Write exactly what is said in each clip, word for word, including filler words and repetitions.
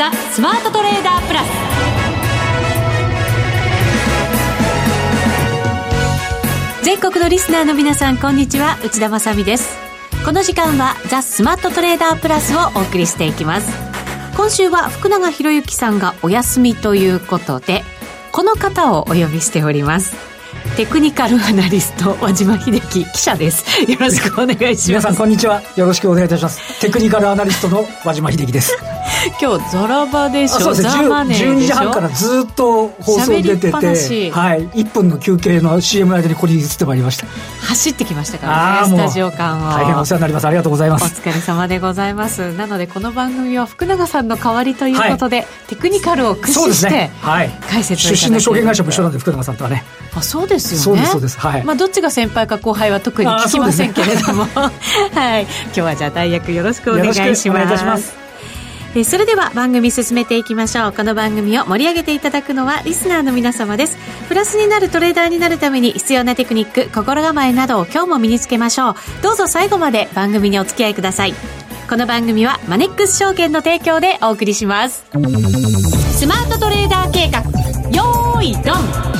ザ・スマートトレーダープラス。全国のリスナーの皆さん、こんにちは、内田まさみです。この時間はザ・スマートトレーダープラスをお送りしていきます。今週は福永博之さんがお休みということで、この方をお呼びしております。テクニカルアナリスト和島秀樹記者です。よろしくお願いします。 皆さんこんにちは、よろしくお願いいたします。テクニカルアナリストの和島秀樹です。 今日ザラバでしょ。 そうですね、 ザマネーでしょ。 じゅうにじはんからずっと放送出てて、はい、いっぷんの休憩の シーエム の間にここに移ってまいりました。 走ってきましたからね、スタジオ間を。 大変お世話になります。ありがとうございます。 お疲れ様でございます。なのでこの番組は福永さんの代わりということで、はい、テクニカルを駆使して、ね、はい、解説をいただける。 出身の証券会社も一緒なんで、福永さんとはね。 あ、そうですよね。 そうですそうです、はい。 まあ、どっちが先輩か後輩は特に聞きませんけれども、ね、はい、今日はじゃあ代役よろしくお願いします。よろしくお願いいたします。えそれでは番組進めていきましょう。この番組を盛り上げていただくのはリスナーの皆様です。プラスになるトレーダーになるために必要なテクニック、心構えなどを今日も身につけましょう。どうぞ最後まで番組にお付き合いください。この番組はマネックス証券の提供でお送りします。スマートトレーダー計画、よーいドン。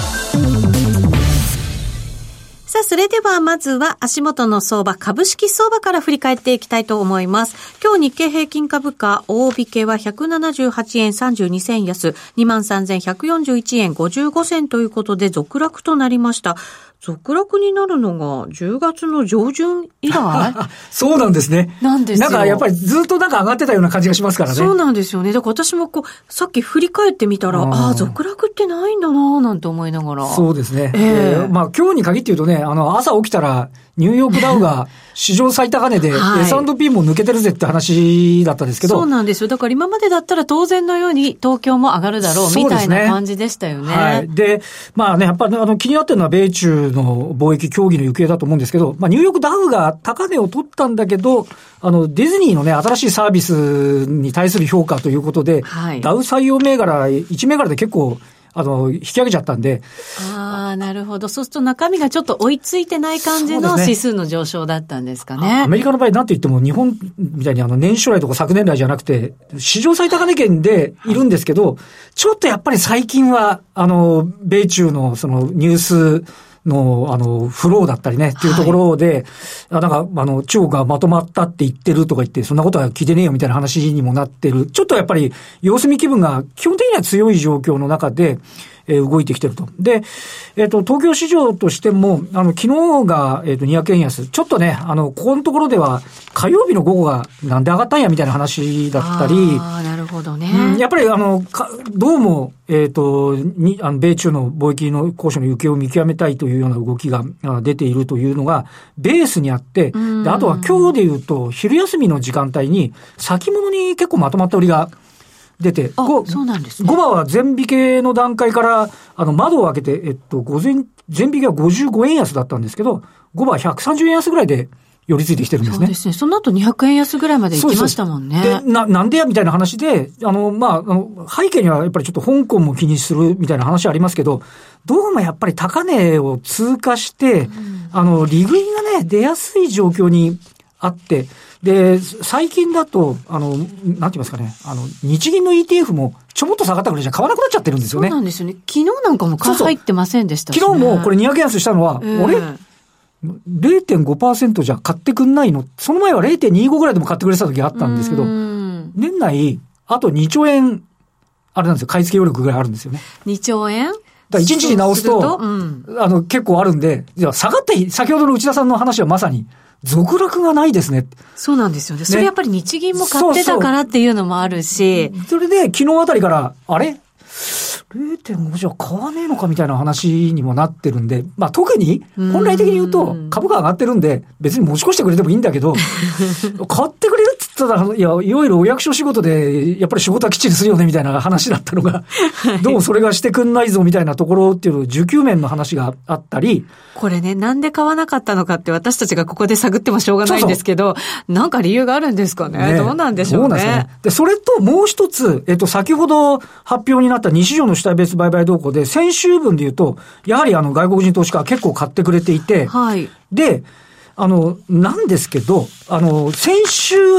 さあ、それではまずは足元の相場、株式相場から振り返っていきたいと思います。今日日経平均株価大引けはひゃくななじゅうはちえんさんじゅうにせん安、にまんさんぜんひゃくよんじゅういちえんごじゅうごせんということで続落となりました。続落になるのがじゅうがつの上旬以来そうなんですね。 なんですよ。 なんかやっぱりずっとなんか上がってたような感じがしますからね。 そうなんですよね。だから私もこうさっき振り返ってみたら、ああ続落ってないんだななんて思いながら。 そうですね。 えー、 えー、まあ今日に限って言うとね、あの朝起きたらニューヨークダウが史上最高値で、はい、エスアンドピー も抜けてるぜって話だったんですけど。 そうなんですよ。だから今までだったら当然のように東京も上がるだろうみたいな感じでしたよね。 はい。で、まあね、やっぱりあの気になってるのは米中の貿易協議の行方だと思うんですけど、まあニューヨークダウが高値を取ったんだけど、あのディズニーのね、新しいサービスに対する評価ということで、はい、ダウ採用銘柄、いち銘柄で結構、あの、引き上げちゃったんで。 ああ、なるほど。そうすると中身がちょっと追いついてない感じの指数の上昇だったんですかね。 アメリカの場合なんと言っても日本みたいにあの年初来とか昨年来じゃなくて、史上最高値圏でいるんですけど、はい、ちょっとやっぱり最近は、あの、米中のそのニュース、の、あの、フローだったりね、っていうところで、はい、なんか、あの、中国がまとまったって言ってるとか言って、そんなことは聞いてねえよみたいな話にもなってる。ちょっとやっぱり、様子見気分が基本的には強い状況の中で、えー、動いてきてると。で、えっと、東京市場としても、あの、昨日が、えっと、にひゃくえん安。ちょっとね、あの、ここのところでは、火曜日の午後がなんで上がったんやみたいな話だったり。 ああ、なるほどね。 うん、やっぱり、あの、かどうも、えっと、に、あの、米中の貿易の交渉の行方を見極めたいというような動きが出ているというのが、ベースにあって、で、あとは今日で言うと、昼休みの時間帯に、先物に結構まとまった売りが、出て、 あ、そうなんですね。 ごばは全引けの段階から、あの、窓を開けて、えっと、午前、全引けはごじゅうごえん安だったんですけど、ごばはひゃくさんじゅうえん安ぐらいで寄り付いてきてるんですね。 そうですね。その後にひゃくえん安ぐらいまで行きましたもんね。 で、な、なんでやみたいな話で、あの、まあ、あの、背景にはやっぱりちょっと香港も気にするみたいな話ありますけど、どうもやっぱり高値を通過して、うん、あの、利食いがね、出やすい状況にあって、で、最近だと、あの、なんて言いますかね、あの、日銀の イーティーエフ もちょっと下がったぐらいじゃ買わなくなっちゃってるんですよね。 そうなんですよね。昨日なんかも買い入ってませんでしたしね。 そうそう昨日もこれにひゃくえん安したのは、えー、あれ れいてんごパーセント じゃ買ってくんないの？その前は れいてんにじゅうご ぐらいでも買ってくれてた時があったんですけど、年内、あとにちょうえん、あれなんですよ、買い付け余力ぐらいあるんですよね。 にちょうえん？ だからいちにちに直すと、すとうん、あの、結構あるんで、じゃあ下がって、先ほどの内田さんの話はまさに、続落がないですね。 そうなんですよね。それやっぱり日銀も買ってたからっていうのもあるし。 そうそうそれで昨日あたりから、あれ ?れいてんご じゃ買わねえのかみたいな話にもなってるんで、まあ特に、本来的に言うと株価上がってるんで、別に持ち越してくれてもいいんだけど、買ってくれるって言ったら、いや、いわゆるお役所仕事で、やっぱり仕事はきっちりするよねみたいな話だったのが、どうもそれがしてくんないぞみたいなところっていう需給面の話があったり。 これね、なんで買わなかったのかって私たちがここで探ってもしょうがないんですけど、そうそうなんか理由があるんですかね。ね、どうなんでしょうね。そうなんですね。 で、それともう一つ、えっと、先ほど発表になった西条の主体別売買動向で、先週分で言うと、やはりあの外国人投資家は結構買ってくれていて、 はい。 で、あの、なんですけど、あの、先週発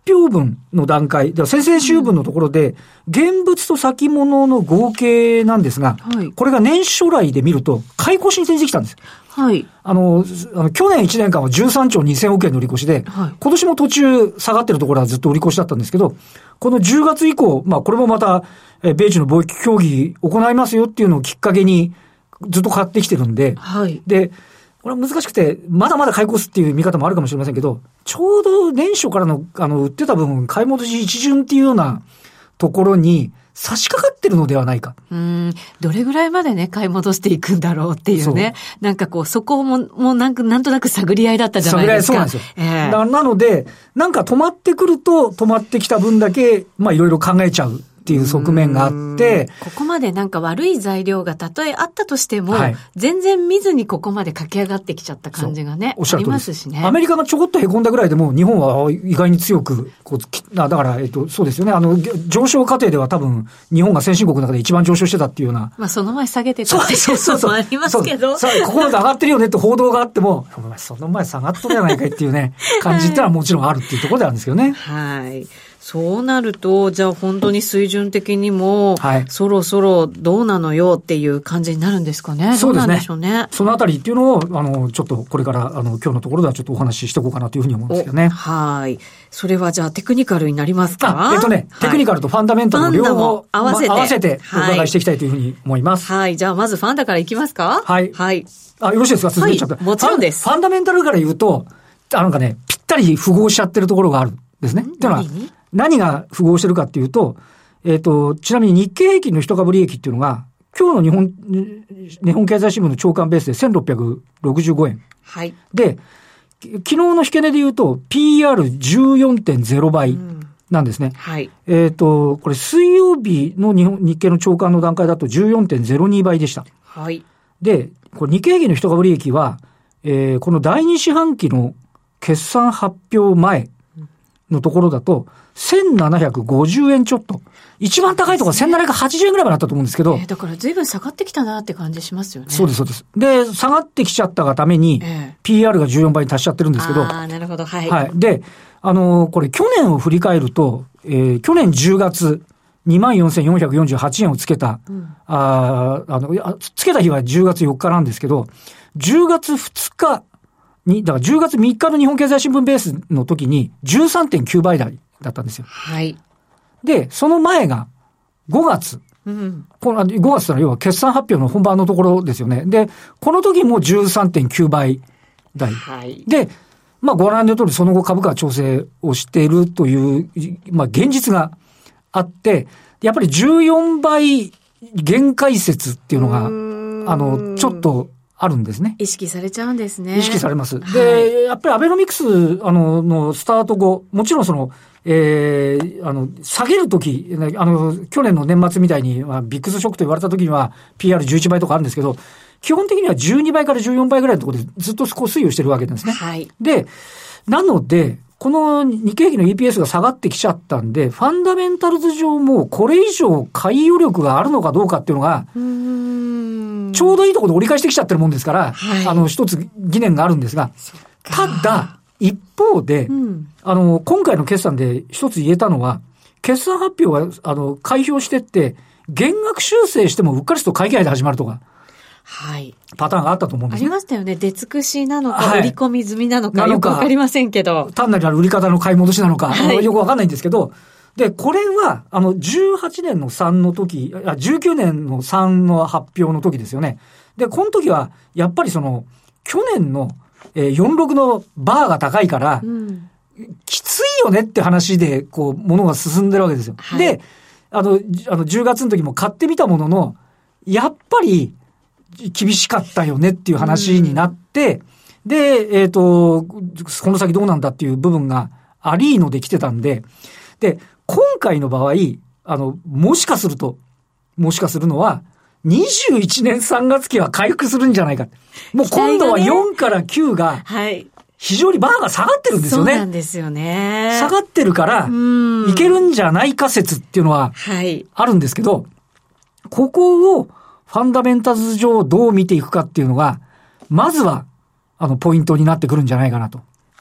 表分の段階、では先々週分のところで、現物と先物の合計なんですが、はい、これが年初来で見ると、買い越しに転じてきたんです。 はい。 あの、あの去年いちねんかんはじゅうさんちょうにせんおくえんの売り越しで、はい、今年も途中下がってるところはずっと売り越しだったんですけど、このじゅうがつ以降、まあこれもまた、え米中の貿易協議行いますよっていうのをきっかけにずっと買ってきてるんで、はい。で、これは難しくて、まだまだ買い越すっていう見方もあるかもしれませんけど、ちょうど年初からの、あの、売ってた分、買い戻し一巡っていうようなところに差し掛かってるのではないか。 うん。どれぐらいまでね、買い戻していくんだろうっていうね。うなんかこう、そこも、もうなんか、なんとなく探り合いだったじゃないですか。 探り合い、そうなんですよ。えー、な, なので、なんか止まってくると、止まってきた分だけ、まあいろいろ考えちゃう。っていう側面があって、 ここまでなんか悪い材料がたとえあったとしても、はい、全然見ずにここまで駆け上がってきちゃった感じがね、ありますしね。 アメリカがちょこっと凹んだぐらいでも、日本は意外に強く、こう、だから、えっと、そうですよね。あの、上昇過程では多分、日本が先進国の中で一番上昇してたっていうような。 まあ、その前下げてたっていうこともありますけど。 そうそうそう。ここまで上がってるよねって報道があっても、その前下がっとるじゃないかいっていうね、感じってのはもちろんあるっていうところであるんですけどね。 はい。そうなると、じゃあ本当に水準的にも、はい、そろそろどうなのよっていう感じになるんですかね。そうですね。どうなんでしょうね。 そのあたりっていうのを、あの、ちょっとこれから、あの、今日のところではちょっとお話ししていこうかなというふうに思うんですけどね。 はい。それはじゃあテクニカルになりますか？ あ、えっとね、はい、テクニカルとファンダメンタルの両方合わせて、ま、合わせてお伺いしていきたいというふうに思います。 はい。はい、じゃあまずファンダからいきますか？ はい。 はい。 あ、よろしいですか？続けちゃって、 はい。もちろんです。 ファンダメンタルから言うと、あなんかね、ぴったり符合しちゃってるところがあるんですね。っていうのは、何が符合してるかっていうと、えっと、ちなみに日経平均の一株利益っていうのが、今日の日本、日本経済新聞の朝刊ベースでせんろっぴゃくろくじゅうごえん。 はい。 で、昨日の引け値で言うと ピーイーアールじゅうよんてんゼロ 倍なんですね。うん、 はい。 えっと、これ水曜日の日本、日経の朝刊の段階だと じゅうよんてんゼロに 倍でした。 はい。 で、これ日経平均の一株利益は、えー、この第二四半期の決算発表前のところだと、せんななひゃくごじゅうえんちょっと。一番高いところはせんななひゃくはちじゅうえんぐらいまであったと思うんですけど。 えー、だから随分下がってきたなって感じしますよね。 そうです、そうです。で、下がってきちゃったがために、えー、ピーイーアール がじゅうよんばいに達しちゃってるんですけど。 ああ、なるほど、はい。 はい。で、あのー、これ去年を振り返ると、えー、去年じゅうがつ、にまんよんせんよんひゃくよんじゅうはちえんをつけた、うん、ああの、つけた日はじゅうがつよっかなんですけど、じゅうがつふつかに、だからじゅうがつみっかの日本経済新聞ベースの時に じゅうさんてんきゅうばい台だったんですよ。 はい。で、 その前がごがつ。うん、このごがつというのは要は決算発表の本番のところですよね。で、この時も じゅうさんてんきゅうばい台。はい。で、まあご覧の通りその後株価は調整をしているという、まあ現実があって、やっぱりじゅうよんばい限界説っていうのが、あの、ちょっと、あるんですね。 意識されちゃうんですね。 意識されます。で、はい、やっぱりアベノミクス、あの、のスタート後、もちろんその、えー、あの、下げるとき、あの、去年の年末みたいに、まあ、ビックスショックと言われたときには、ピーアールじゅういちばいとかあるんですけど、基本的にはじゅうにばいからじゅうよんばいぐらいのところでずっとこう推移をしてるわけなんですね。 はい。 で、なので、この日経平均の イーピーエス が下がってきちゃったんで、ファンダメンタルズ上もこれ以上買い余力があるのかどうかっていうのが、うーんちょうどいいところで折り返してきちゃってるもんですから、はい、あの、一つ疑念があるんですが、ただ、一方で、うん、あの、今回の決算で一つ言えたのは、決算発表は、あの、開票してって、減額修正してもうっかりすると会計で始まるとか。 はい。 パターンがあったと思うんですね。 ありましたよね。出尽くしなのか、はい、売り込み済みなのか、よくわかりませんけど。 単なる売り方の買い戻しなのか、はい、よくわかんないんですけど、で、これは、あの、じゅうはちねんのさんの時、あ、じゅうきゅうねんのさんの発表の時ですよね。で、この時は、やっぱりその、去年の、えー、よんじゅうろくのバーが高いから、うん、きついよねって話で、こう、ものが進んでるわけですよ。はい、で、あの、あの、じゅうがつの時も買ってみたものの、やっぱり、厳しかったよねっていう話になって、うん、で、えっと、この先どうなんだっていう部分がありーので来てたんで、で、今回の場合、あの、もしかすると、もしかするのは、にじゅういちねんさんがつ期は回復するんじゃないか。もう今度はよんからきゅうが、非常にバーが下がってるんですよね。 そうなんですよね。 下がってるから、いけるんじゃないか説っていうのは、あるんですけど、はい、ここを、ファンダメンタルズ上どう見ていくかっていうのが、まずは、あの、ポイントになってくるんじゃないかなと。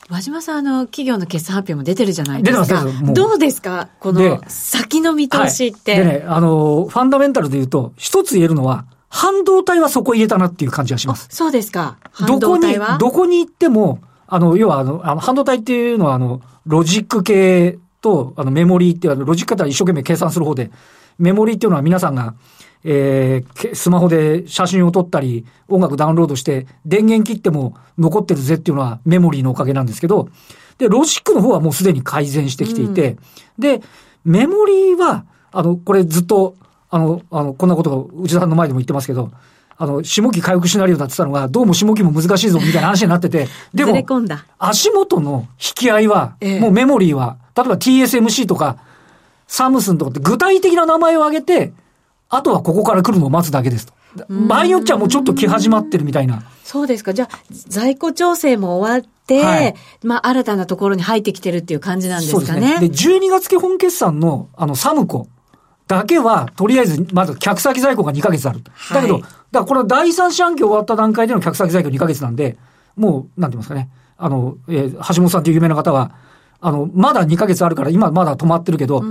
和島さん、あの、企業の決算発表も出てるじゃないですか。 出てます、出てます。 どうですかこの先の見通しって。 はい、でね、あの、ファンダメンタルで言うと、一つ言えるのは、半導体はそこ入れたなっていう感じがします。 そうですか。半導体はどこに、どこに行っても、あの、要はあの、あの半導体っていうのは、あの、ロジック系と、あの、メモリーっていう、あの、ロジック型は一生懸命計算する方で、メモリーっていうのは皆さんが、えー、スマホで写真を撮ったり、音楽ダウンロードして、電源切っても残ってるぜっていうのはメモリーのおかげなんですけど、で、ロジックの方はもうすでに改善してきていて、うん、で、メモリーは、あの、これずっと、あの、あの、こんなことを内田さんの前でも言ってますけど、あの、下期回復シナリオだって言ったのが、どうも下期も難しいぞみたいな話になってて、でも、足元の引き合いは、ええ、もうメモリーは、例えば ティーエスエムシー とか、サムスンとかって具体的な名前を挙げて、あとはここから来るのを待つだけですと。場合によっちゃもうちょっと来始まってるみたいな。 そうですか。じゃあ、在庫調整も終わって、はい、まあ、新たなところに入ってきてるっていう感じなんですかね。そうですね。 で、じゅうにがつ期本決算の、あの、サムコだけは、とりあえず、まず客先在庫がにかげつある。だけど、はい、だからこれは第三四半期終わった段階での客先在庫にかげつなんで、もう、なんて言いますかね。あの、えー、橋本さんという有名な方は、あの、まだにかげつあるから、今まだ止まってるけど、うん、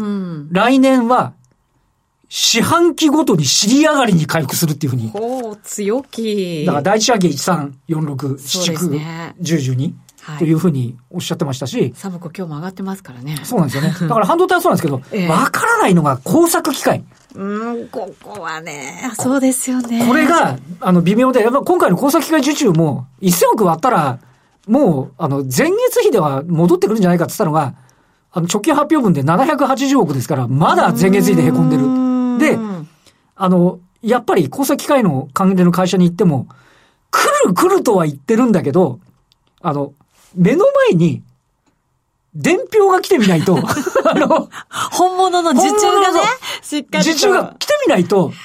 来年は、四半期ごとに尻上がりに回復するっていうふうに。 おー、強気。 だから第一四半期いち、さん、よん、ろく、なな、きゅう、じゅう、じゅうにというふうにおっしゃってましたし。 サムコ今日も上がってますからね。 そうなんですよね。だから半導体はそうなんですけど、えー、わからないのが工作機械。 うん、ここはね、そうですよね。 これが、あの、微妙で、やっぱ今回の工作機械受注も、せんおく割ったら、もう、あの、前月比では戻ってくるんじゃないかって言ったのが、あの、直近発表分でななひゃくはちじゅうおくですから、まだ前月比で凹んでる。で、あの、やっぱり工作機械の関連の会社に行っても、来る来るとは言ってるんだけど、あの、目の前に、伝票が来てみないと、あの、 本物の受注がね、しっかりと。 受注が来てみないと、はい、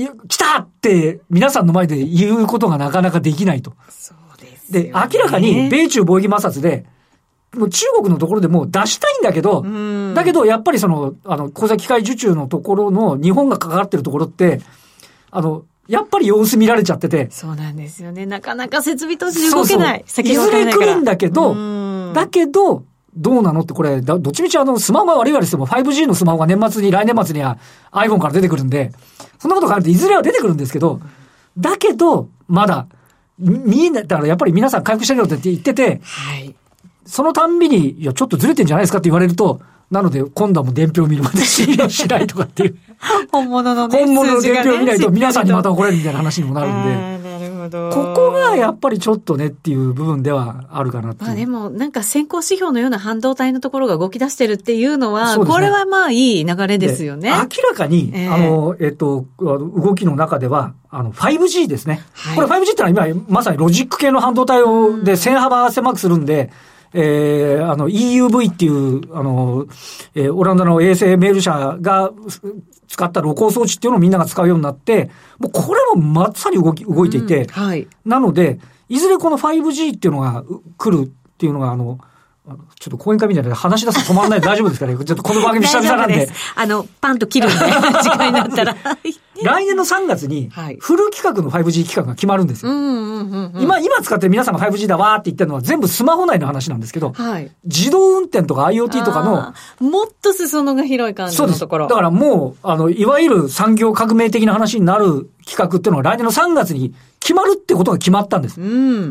来たって皆さんの前で言うことがなかなかできないと。 そうですよね。 で、明らかに米中貿易摩擦で、もう中国のところでもう出したいんだけど、だけどやっぱりその、あの、工作機械受注のところの日本が関わってるところって、あの、やっぱり様子見られちゃってて。 そうなんですよね。なかなか設備投資で動けない。 そうそう。いずれ来るんだけど、だけど、どうなのってこれ、どっちみちあの、スマホが悪い悪いしても ファイブジー のスマホが年末に、来年末には iPhone から出てくるんで、そんなこと考えるといずれは出てくるんですけど、だけど、まだ、見えない、だからやっぱり皆さん回復してるよって言ってて、はい。そのたんびに、いや、ちょっとずれてんじゃないですかって言われると、なので、今度はもう伝票を見るまで信用しないとかっていう。 本物のね、 本物の伝票を見ないと皆さんにまた怒られるみたいな話にもなるんで。 なるほど。 ここがやっぱりちょっとねっていう部分ではあるかなっていう。 まあでも、なんか先行指標のような半導体のところが動き出してるっていうのは、ね、これはまあいい流れですよね。 明らかに、えー、あの、えっと、動きの中では、あの、ファイブジー ですね。はい、これ ファイブジー ってのは今、まさにロジック系の半導体を、で、線幅狭くするんで、えー、あの イーユーブイ っていう、あの、えー、オランダの衛星メール社が使った露光装置っていうのをみんなが使うようになって、もうこれもまさに動き、動いていて、うん、はい。なので、いずれこの ファイブジー っていうのが来るっていうのが、あの、ちょっと講演会みたいな話し出すと止まらないで大丈夫ですかね。ちょっとこの番組久々なんで。 あの、パンと切るんで、時間になったら。 来年のさんがつに、フル規格の ファイブジー 規格が決まるんですよ。今、今使って皆さんが ファイブジー だわーって言ってるのは全部スマホ内の話なんですけど、はい、自動運転とか IoT とかの、 もっと裾野が広い感じのところ。 そうです。だからもう、あの、いわゆる産業革命的な話になる企画っていうのは来年のさんがつに決まるってことが決まったんです。うん、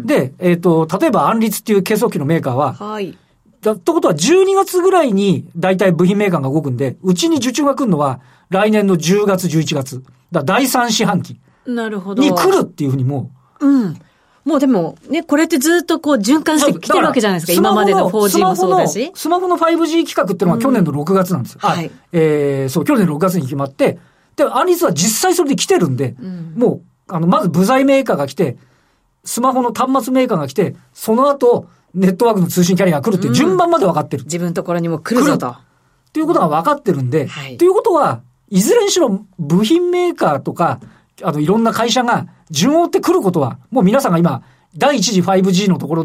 で、えっと、例えばアンリツっていう計測器のメーカーは、はい。だってことはじゅうにがつぐらいに大体部品メーカーが動くんで、うちに受注が来るのは来年のじゅうがつ、じゅういちがつ。だ第三四半期。 なるほど。 に来るっていうふうにもう。うん。もうでも、ね、これってずっとこう循環してきてるわけじゃないですか。今までの フォージー もそうだし。 スマホの ファイブジー 規格っていうのは去年のろくがつなんですよ。うん、はい。えー、そう、去年のろくがつに決まって、で、アンリツは実際それで来てるんで、うん、もう、あの、まず部材メーカーが来て、スマホの端末メーカーが来て、その後、ネットワークの通信キャリアが来るっていう順番まで分かってる。うん、 自分のところにも来るぞと。 っていうことが分かってるんで、はい、ということは、いずれにしろ部品メーカーとか、あの、いろんな会社が順を追ってくることは、もう皆さんが今、第一次 ファイブジー のところで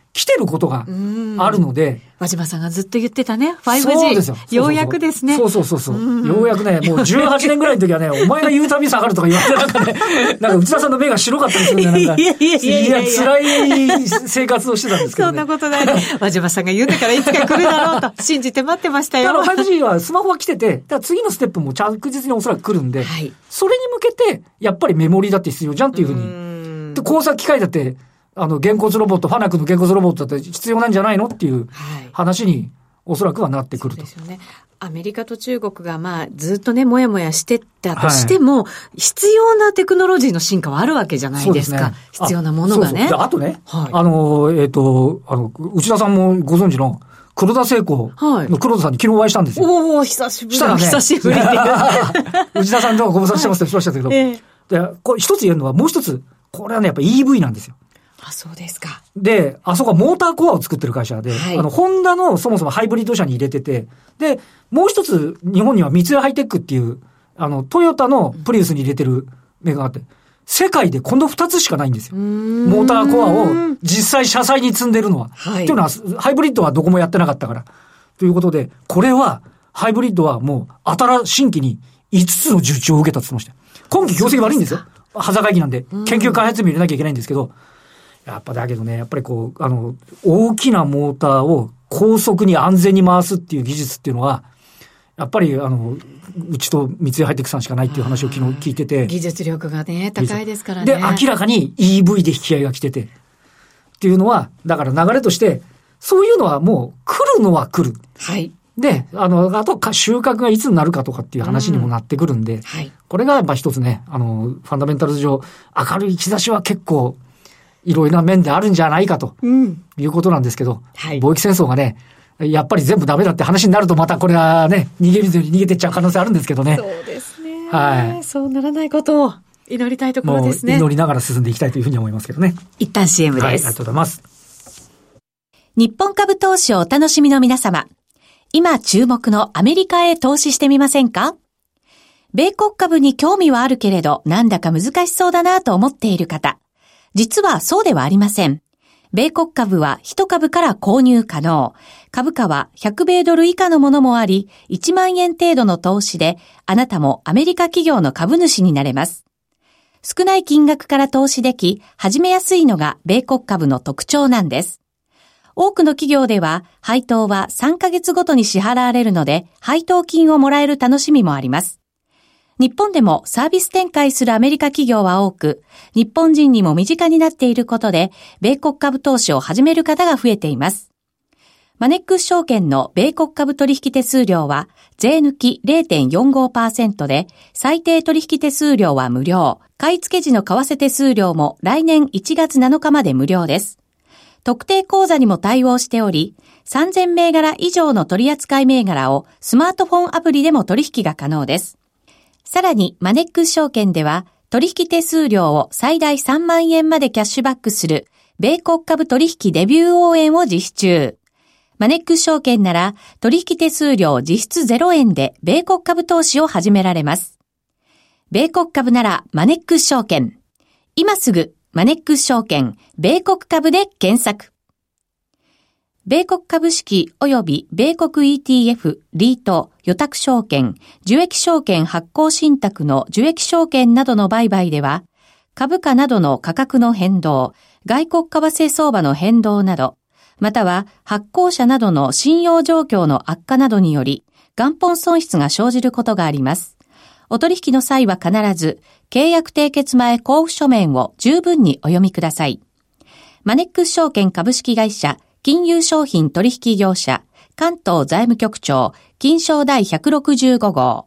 来てることがあるので。 和島さんがずっと言ってたね、ファイブジー。 そうですよ。 ようやくですね。 そうそうそうそう。うようやくね、もうじゅうはちねんぐらいの時はね、お前が言うたび下がるとか言われて、なんかね、なんか内田さんの目が白かったりするんで、なんか、いやいやいやいや、いや辛い生活をしてたんですけど、ね。 そんなことない。和島さんが言うんだからいつか来るだろうと信じて待ってましたよ。 だから ファイブジー はスマホは来てて、だから次のステップも着実におそらく来るんで、はい、それに向けて、やっぱりメモリーだって必要じゃんっていうふうに。で、工作機械だって、あの、げんこつロボット、ファナックのげんこつロボットだって必要なんじゃないのっていう話に、おそらくはなってくると。 そうですよね。アメリカと中国がまあずっとね、もやもやしてたとしても、はい、必要なテクノロジーの進化はあるわけじゃないですか。そうですね、必要なものがね。 そうそう。あとね、はい、あの、えっ、ー、と、あの、内田さんもご存知の、黒田聖子の黒田さんに昨日お会いしたんですよ。 おお、久しぶり。 したらね、 久しぶりで。 内田さんとご無沙汰してますってしましたけど、はいえー、でこれ一つ言えるのは、もう一つ、これはね、やっぱ イーブイ なんですよ。 あ、そうですか。 で、あそこはモーターコアを作ってる会社で、はい、あの、ホンダのそもそもハイブリッド車に入れてて、で、もう一つ、日本には三井ハイテックっていう、あの、トヨタのプリウスに入れてるメーカーがあって、世界でこの二つしかないんですよ。モーターコアを実際車載に積んでるのは。はい、というのは、ハイブリッドはどこもやってなかったから。ということで、これは、ハイブリッドはもう、新新規にいつつの受注を受けたって言ってました。今期業績悪いんですよ。端境期なんで、研究開発に入れなきゃいけないんですけど、やっぱだけどね、やっぱりこう、あの、大きなモーターを高速に安全に回すっていう技術っていうのは、やっぱりあの、うちと三井ハイテクさんしかないっていう話を昨日聞いてて。 技術力がね、高いですからね。 で、明らかに イーブイ で引き合いが来てて。っていうのは、だから流れとして、そういうのはもう来るのは来る。 はい。 で、あの、あとか収穫がいつになるかとかっていう話にもなってくるんで、うんはい、これがやっぱ一つね、あの、ファンダメンタルズ上、明るい兆しは結構、いろいろな面であるんじゃないかということなんですけど、うんはい、貿易戦争がね、やっぱり全部ダメだって話になるとまたこれはね、逃げるように逃げてっちゃう可能性あるんですけどね。 そうですね。はい。そうならないことを祈りたいところですね。 もう祈りながら進んでいきたいというふうに思いますけどね。 一旦 シーエム です。はい、 ありがとうございます。 日本株投資をお楽しみの皆様、今注目のアメリカへ投資してみませんか？米国株に興味はあるけれど、なんだか難しそうだなと思っている方。実はそうではありません。米国株は一株から購入可能。株価はひゃく米ドル以下のものもあり、いちまんえん程度の投資で、あなたもアメリカ企業の株主になれます。少ない金額から投資でき、始めやすいのが米国株の特徴なんです。多くの企業では、配当はさんかげつごとに支払われるので、配当金をもらえる楽しみもあります。日本でもサービス展開するアメリカ企業は多く、日本人にも身近になっていることで、米国株投資を始める方が増えています。マネックス証券の米国株取引手数料は、税抜き れいてんよんごパーセント で、最低取引手数料は無料。買い付け時の為替手数料も来年いちがつなのかまで無料です。特定口座にも対応しており、さんぜんめいがら以上の取扱い銘柄をスマートフォンアプリでも取引が可能です。さらに、マネックス証券では、取引手数料を最大さんまんえんまでキャッシュバックする、米国株取引デビュー応援を実施中。マネックス証券なら、取引手数料実質ゼロえんで、米国株投資を始められます。米国株なら、マネックス証券。今すぐ、マネックス証券、米国株で検索。米国株式及び米国 イーティーエフ、リート、予託証券、受益証券発行信託の受益証券などの売買では、株価などの価格の変動、外国為替相場の変動など、または発行者などの信用状況の悪化などにより、元本損失が生じることがあります。お取引の際は必ず、契約締結前交付書面を十分にお読みください。マネックス証券株式会社、金融商品取引業者、関東財務局長、金商第ひゃくろくじゅうご号。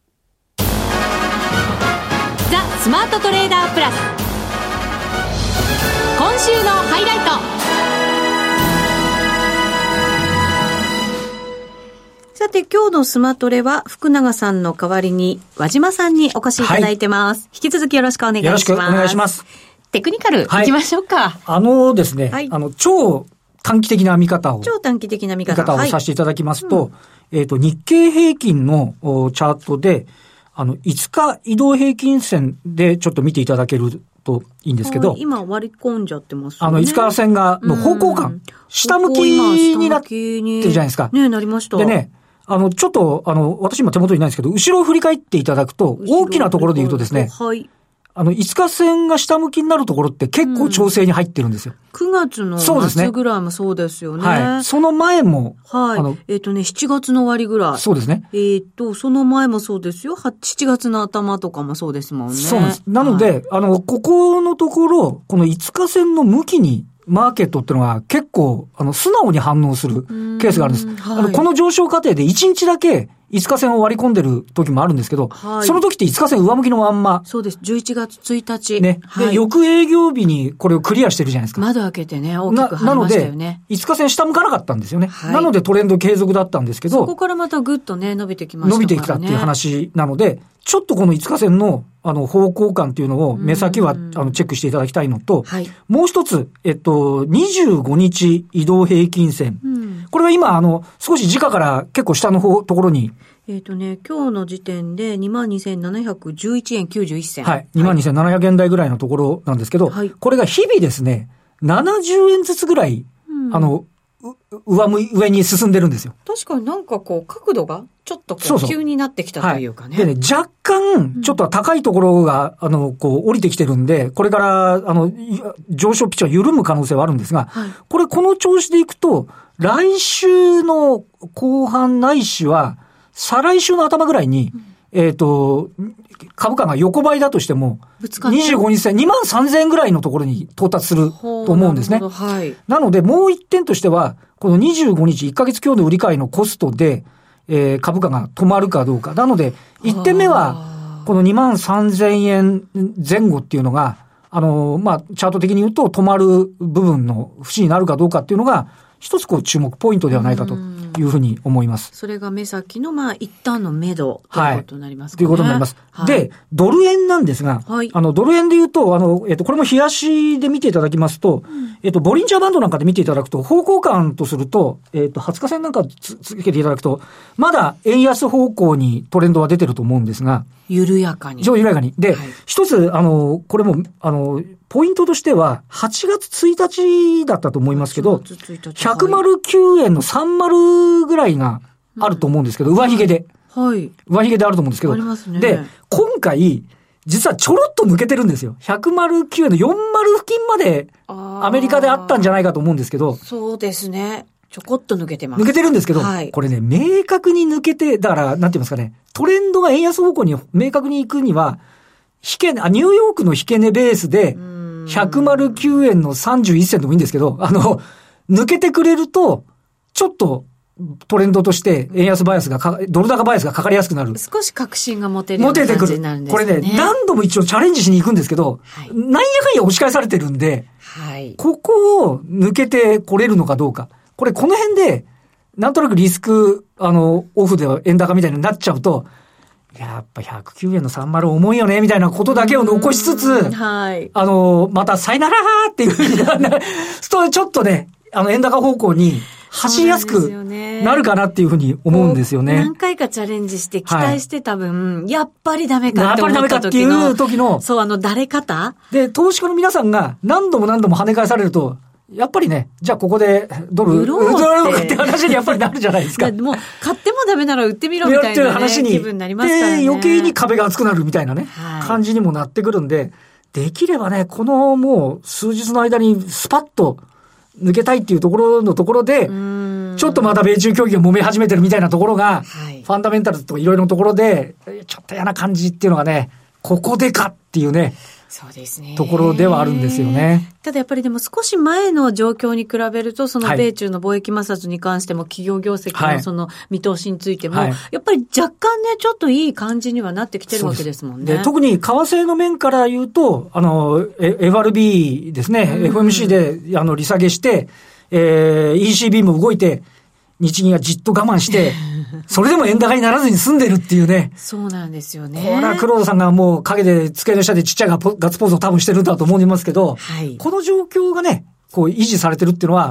ザ・スマートトレーダープラス。今週のハイライト。さて今日のスマトレは福永さんの代わりに和島さんにお越しいただいてます。はい、引き続きよろしくお願いします。 よろしくお願いします。 テクニカルいきましょうか。はい、 あのですね、はい、あの超短期的な見方を超短期的な見方, 見方をさせていただきますと、はいうん、えっと日経平均のチャートであのいつか移動平均線でちょっと見ていただけるといいんですけど、 今割り込んじゃってますよね。 あのいつか線がの方向感。 下向きになってるじゃないですか。 ね、なりました。 でね、あの、ちょっと、あの、私今手元にないんですけど、後ろを振り返っていただくと、大きなところで言うとですね、はい。あの、いつか線が下向きになるところって結構調整に入ってるんですよ。 うん、くがつの末ぐらいもそうですよね。 はい。その前も、 はい。あのえっ、ー、とね、しちがつの終わりぐらい。 そうですね。 えっ、ー、と、その前もそうですよ。しちがつの頭とかもそうですもんね。 そうです。なので、はい、あの、ここのところ、このいつか線の向きに、マーケットっていうのは結構、あの、素直に反応するケースがあるんです。はい、あの、この上昇過程でいちにちだけいつか線を割り込んでる時もあるんですけど、はい、その時っていつか線上向きのまんま。 そうです。じゅういちがつついたち。 ね。 はい、 で、翌営業日にこれをクリアしてるじゃないですか。 窓開けてね、大きく張りましたよね。なので、いつか線下向かなかったんですよね。はい、なのでトレンド継続だったんですけど。 そこからまたぐっとね、伸びてきましたからね。 伸びてきたっていう話なので、ちょっとこのいつか線のあの方向感っていうのを目先はあのチェックしていただきたいのと、はい、もう一つ、えっと、にじゅうごにち移動平均線。うん、これは今、あの、少し時価から結構下の方、ところに。 えっとね、今日の時点で にまんにせんななひゃくじゅういちえんきゅうじゅういっせん。 はい。にまんにせんななひゃくえん台ぐらいのところなんですけど、はい、これが日々ですね、ななじゅうえんずつぐらい、うん、あの、上向上に進んでるんですよ。 確かになんかこう角度がちょっとこうそうそう急になってきたというかね。 はい、でね、若干ちょっと高いところが、うん、あのこう降りてきてるんで、これからあの上昇ピッチが緩む可能性はあるんですが、はい、これこの調子でいくと来週の後半ないしは再来週の頭ぐらいに、うん、えっと株価が横ばいだとしてもにじゅうごにち線にまんさんぜんえんぐらいのところに到達すると思うんですね。はい、なのでもう一点としてはこのにじゅうごにちいっかげつ強の売り買いのコストで、えー、株価が止まるかどうか。なのでいってんめはこのにまんさんぜんえん前後っていうのがあのまあチャート的に言うと止まる部分の節になるかどうかっていうのが一つこう注目ポイントではないかというふうに思います。 それが目先のまあ一旦の目処ということになりますかね。 ということになります。はい、で、ドル円なんですが、はい、あのドル円で言うとあのえっとこれも冷やしで見ていただきますと、うん、えっとボリンジャーバンドなんかで見ていただくと方向感とするとえっとはつか線なんかつつけていただくとまだ円安方向にトレンドは出てると思うんですが、 緩やかに。 非常に緩やかに。で、はい、一つあのこれもあのポイントとしては、はちがつついたちだったと思いますけど、ひゃくきゅうえんのさんじゅうぐらいがあると思うんですけど、上髭で。はい。上髭であると思うんですけど。ありますね。で、今回、実はちょろっと抜けてるんですよ。ひゃくきゅうえんのよんじゅう付近まで、アメリカであったんじゃないかと思うんですけど。 そうですね。ちょこっと抜けてます。 抜けてるんですけど、はい、これね、明確に抜けて、だから、なんて言いますかね、トレンドが円安方向に明確に行くには、引け、あ、ニューヨークの引け値ベースで、ひゃくきゅうえんのさんじゅういっせんでもいいんですけど、あの、抜けてくれると、ちょっとトレンドとして円安バイアスがか、ドル高バイアスがかかりやすくなる。 少し確信が持てるような感じになるんですね。 持ててくる。これね、何度も一応チャレンジしに行くんですけど、はい、なんやかんや押し返されてるんで、はい、ここを抜けてこれるのかどうか。これこの辺で、なんとなくリスク、あの、オフでは円高みたいになっちゃうと、やっぱひゃくきゅうえんのさんじゅう重いよね、みたいなことだけを残しつつ、はい、あの、またさよならーっていうふうになると、ちょっとね、あの、円高方向に走りやすくなるかなっていうふうに思うんですよね。 何回かチャレンジして期待してた分、はい、やっぱりダメかって思った時の。 やっぱりダメかっていう時の。 そう、あの、誰方で、投資家の皆さんが何度も何度も跳ね返されると、やっぱりね、じゃあここでドル、売ろうって話にやっぱりなるじゃないですか。 もう、買ってもダメなら売ってみろみたいな、ね、話に気分になりますからね。 で、余計に壁が厚くなるみたいなね、はい、感じにもなってくるんで、できればね、このもう数日の間にスパッと抜けたいっていうところのところで、ちょっとまた米中協議が揉め始めてるみたいなところが、はい、ファンダメンタルズとかいろいろなところで、ちょっと嫌な感じっていうのがね、ここでかっていうね、 そうですね。 ところではあるんですよね。 ただやっぱりでも少し前の状況に比べると、その米中の貿易摩擦に関しても企業業績のその見通しについても、はい、やっぱり若干ね、ちょっといい感じにはなってきてるわけですもんね。 で、特に為替の面から言うと、あの、エフアールビー ですね、うん、エフエムシー であの利下げして、えー、イーシービー も動いて、日銀がじっと我慢して、それでも円高にならずに済んでるっていうね。 そうなんですよね。 これは黒田さんがもう陰で机の下でちっちゃいガッツポーズを多分してるんだと思いますけど、はい、この状況がね、こう維持されてるっていうのは、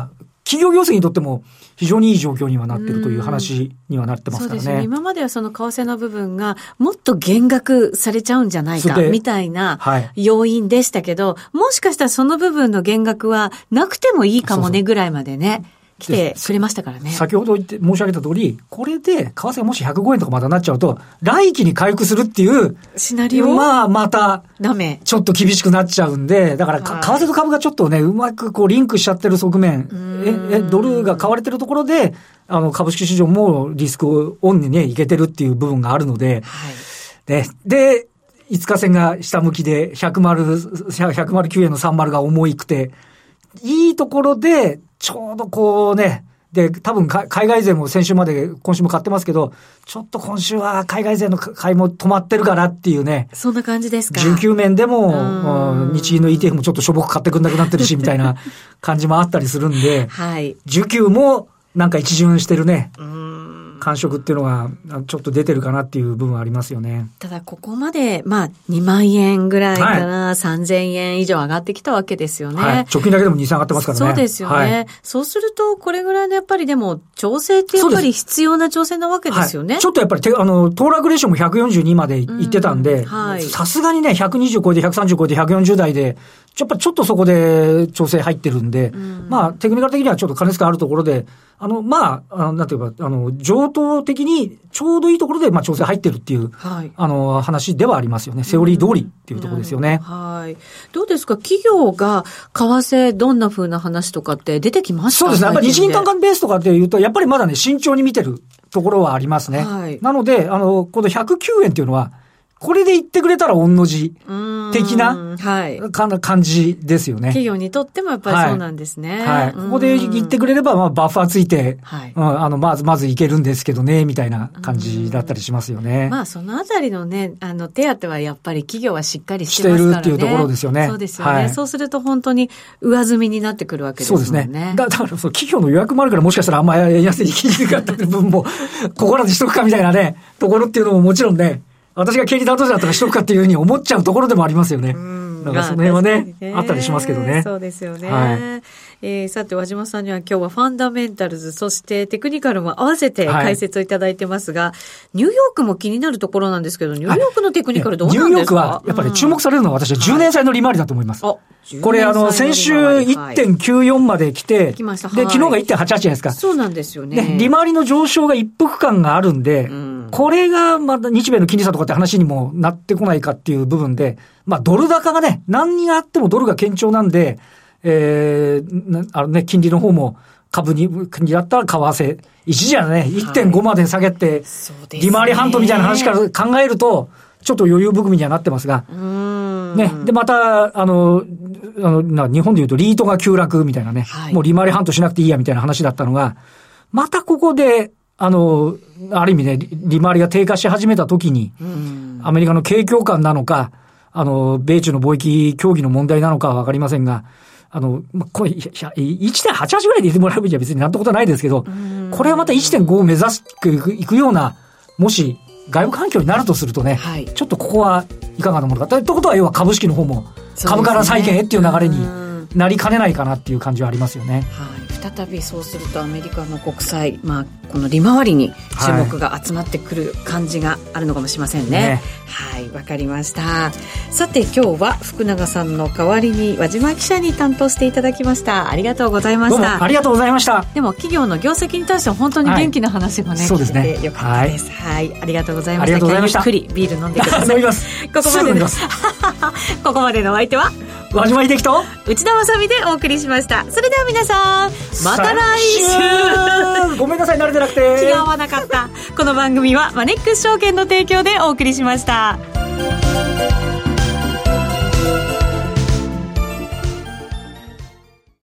企業業績にとっても非常にいい状況にはなっているという話にはなってますからね。 そうですね。今まではその為替の部分がもっと減額されちゃうんじゃないかみたいな要因でしたけど、はい、もしかしたらその部分の減額はなくてもいいかもねぐらいまでね。来てくれましたからね。 先ほど言って申し上げた通り、これで為替がもしひゃくごえんとかまたなっちゃうと、来期に回復するっていうシナリオ、 まあまたダメ、 ちょっと厳しくなっちゃうんで、だから為替と株がちょっとね、うまくこうリンクしちゃってる側面、ええドルが買われてるところで、あの株式市場もリスクオンにねいけてるっていう部分があるので、はい、ででいつか線が下向きでひゃくきゅうえんのさんじゅうが重いくて、いいところでちょうどこうね、で、多分海外勢も先週まで今週も買ってますけど、ちょっと今週は海外勢の買いも止まってるかなっていうね。 そんな感じですか。 じゅうきゅう面でも、日銀の イーティーエフ もちょっとしょぼく買ってくんなくなってるし、みたいな感じもあったりするんで、はい。じゅうきゅうもなんか一巡してるね。感触っていうのがちょっと出てるかなっていう部分はありますよね。 ただここまでまあにまんえんぐらいから、はい、さんぜんえん以上上がってきたわけですよね。はい、 直近だけでもに、さん上がってますからね。 そうですよね。はい、そうするとこれぐらいのやっぱりでも調整ってやっぱり必要な調整なわけですよね。 はい、ちょっとやっぱりてあの騰落レーションもひゃくよんじゅうにまでいってたんで、さすがにねひゃくにじゅう超えてひゃくさんじゅう超えてひゃくよんじゅう台でやっぱちょっとそこで調整入ってるんで、うん、まあテクニカル的にはちょっと過熱感あるところで、あのまあ、あのなんていうかあの上等的にちょうどいいところでまあ調整入ってるっていう、はい、あの話ではありますよね。セオリー通りっていうところですよね。 うん、はい。どうですか、企業が為替どんな風な話とかって出てきました？ そうですね。やっぱり日銀短観ベースとかっていうとやっぱりまだね慎重に見てるところはありますね。はい、なのであのこのひゃくきゅうえんっていうのはこれで言ってくれたら御の字的な感じですよね。 企業にとってもやっぱりそうなんですね。 はい。はい、ここで言ってくれれば、まあ、バッファーついて、はい、うん、あの、まず、まずいけるんですけどね、みたいな感じだったりしますよね。 まあ、そのあたりのね、あの、手当はやっぱり企業はしっかりしてますからね。 してるっていうところですよね。 そうですよね。はい、そうすると本当に上積みになってくるわけですもんね。そうですね。 だ, だから、そう、企業の予約もあるから、もしかしたらあんまり安い金利があった部分も、ここらでしとくかみたいなね、ところっていうのももちろんね、私が経理担当者だったらしとくかっていうふうに思っちゃうところでもありますよね。うん、だからその辺はね、ね、あったりしますけどね。 そうですよね。はい、えー、さて和島さんには今日はファンダメンタルズ、そしてテクニカルも合わせて解説をいただいてますが、はい、ニューヨークも気になるところなんですけど、ニューヨークのテクニカルどうなんですか？ ニューヨークはやっぱり注目されるのは私はじゅうねん債の利回りだと思います。はい、これあの先週 いってんきゅうよん まで来て、はい、で昨日が いってんはちはち じゃないですか。 そうなんですよね。 で利回りの上昇が一服感があるんで、うん、これがまた日米の金利差とかって話にもなってこないかっていう部分で、まあドル高がね、何があってもドルが堅調なんで、えー、あのね、金利の方も株に、金利だったら為替、一時じゃね、いってんご まで下げて、はい、利回り半島みたいな話から考えると、ちょっと余裕含みにはなってますが、ね、で、また、あの、あのな日本で言うとリートが急落みたいなね、はい、もう利回り半島しなくていいやみたいな話だったのが、またここで、あの、ある意味ね、利回りが低下し始めた時に、アメリカの景況感なのか、あの、米中の貿易協議の問題なのかはわかりませんが、あの、これ、いってんはちはち ぐらいで言ってもらえば別になんてことはないですけど、これはまた いってんご を目指す、いくような、もし、外部環境になるとするとね、はい、ちょっとここはいかがなものか。ということは、要は株式の方も、株から債券へっていう流れになりかねないかなっていう感じはありますよね。 はい、再びそうするとアメリカの国債、まあ、この利回りに注目が集まってくる感じがあるのかもしれませんね。ね、はい、わかりました。さて今日は福永さんの代わりに和島記者に担当していただきました。ありがとうございました。 どうもありがとうございました。 でも企業の業績に対しては本当に元気な話もね、はい、 そうですね、 聞いてよかったです、はい、はい、ありがとうございました。 ありがとうございました。 ゆっくりビール飲んでください。 飲みます。 ここまでのここまでのお相手は和島秀樹と内田まさみでお送りしました。それでは皆さんまた来週。 ごめんなさい、慣れてなくて気が合わなかった。この番組はマネックス証券の提供でお送りしました。